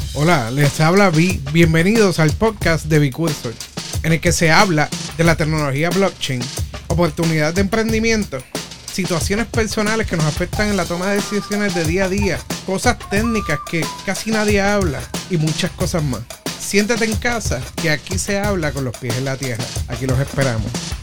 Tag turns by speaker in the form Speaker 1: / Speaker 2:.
Speaker 1: Hola, les habla Vi. Bienvenidos al podcast de Vicursor, en el que se habla de la tecnología blockchain, oportunidades de emprendimiento, situaciones personales que nos afectan en la toma de decisiones de día a día, cosas técnicas que casi nadie habla y muchas cosas más. Siéntate en casa, que aquí se habla con los pies en la tierra. Aquí los esperamos.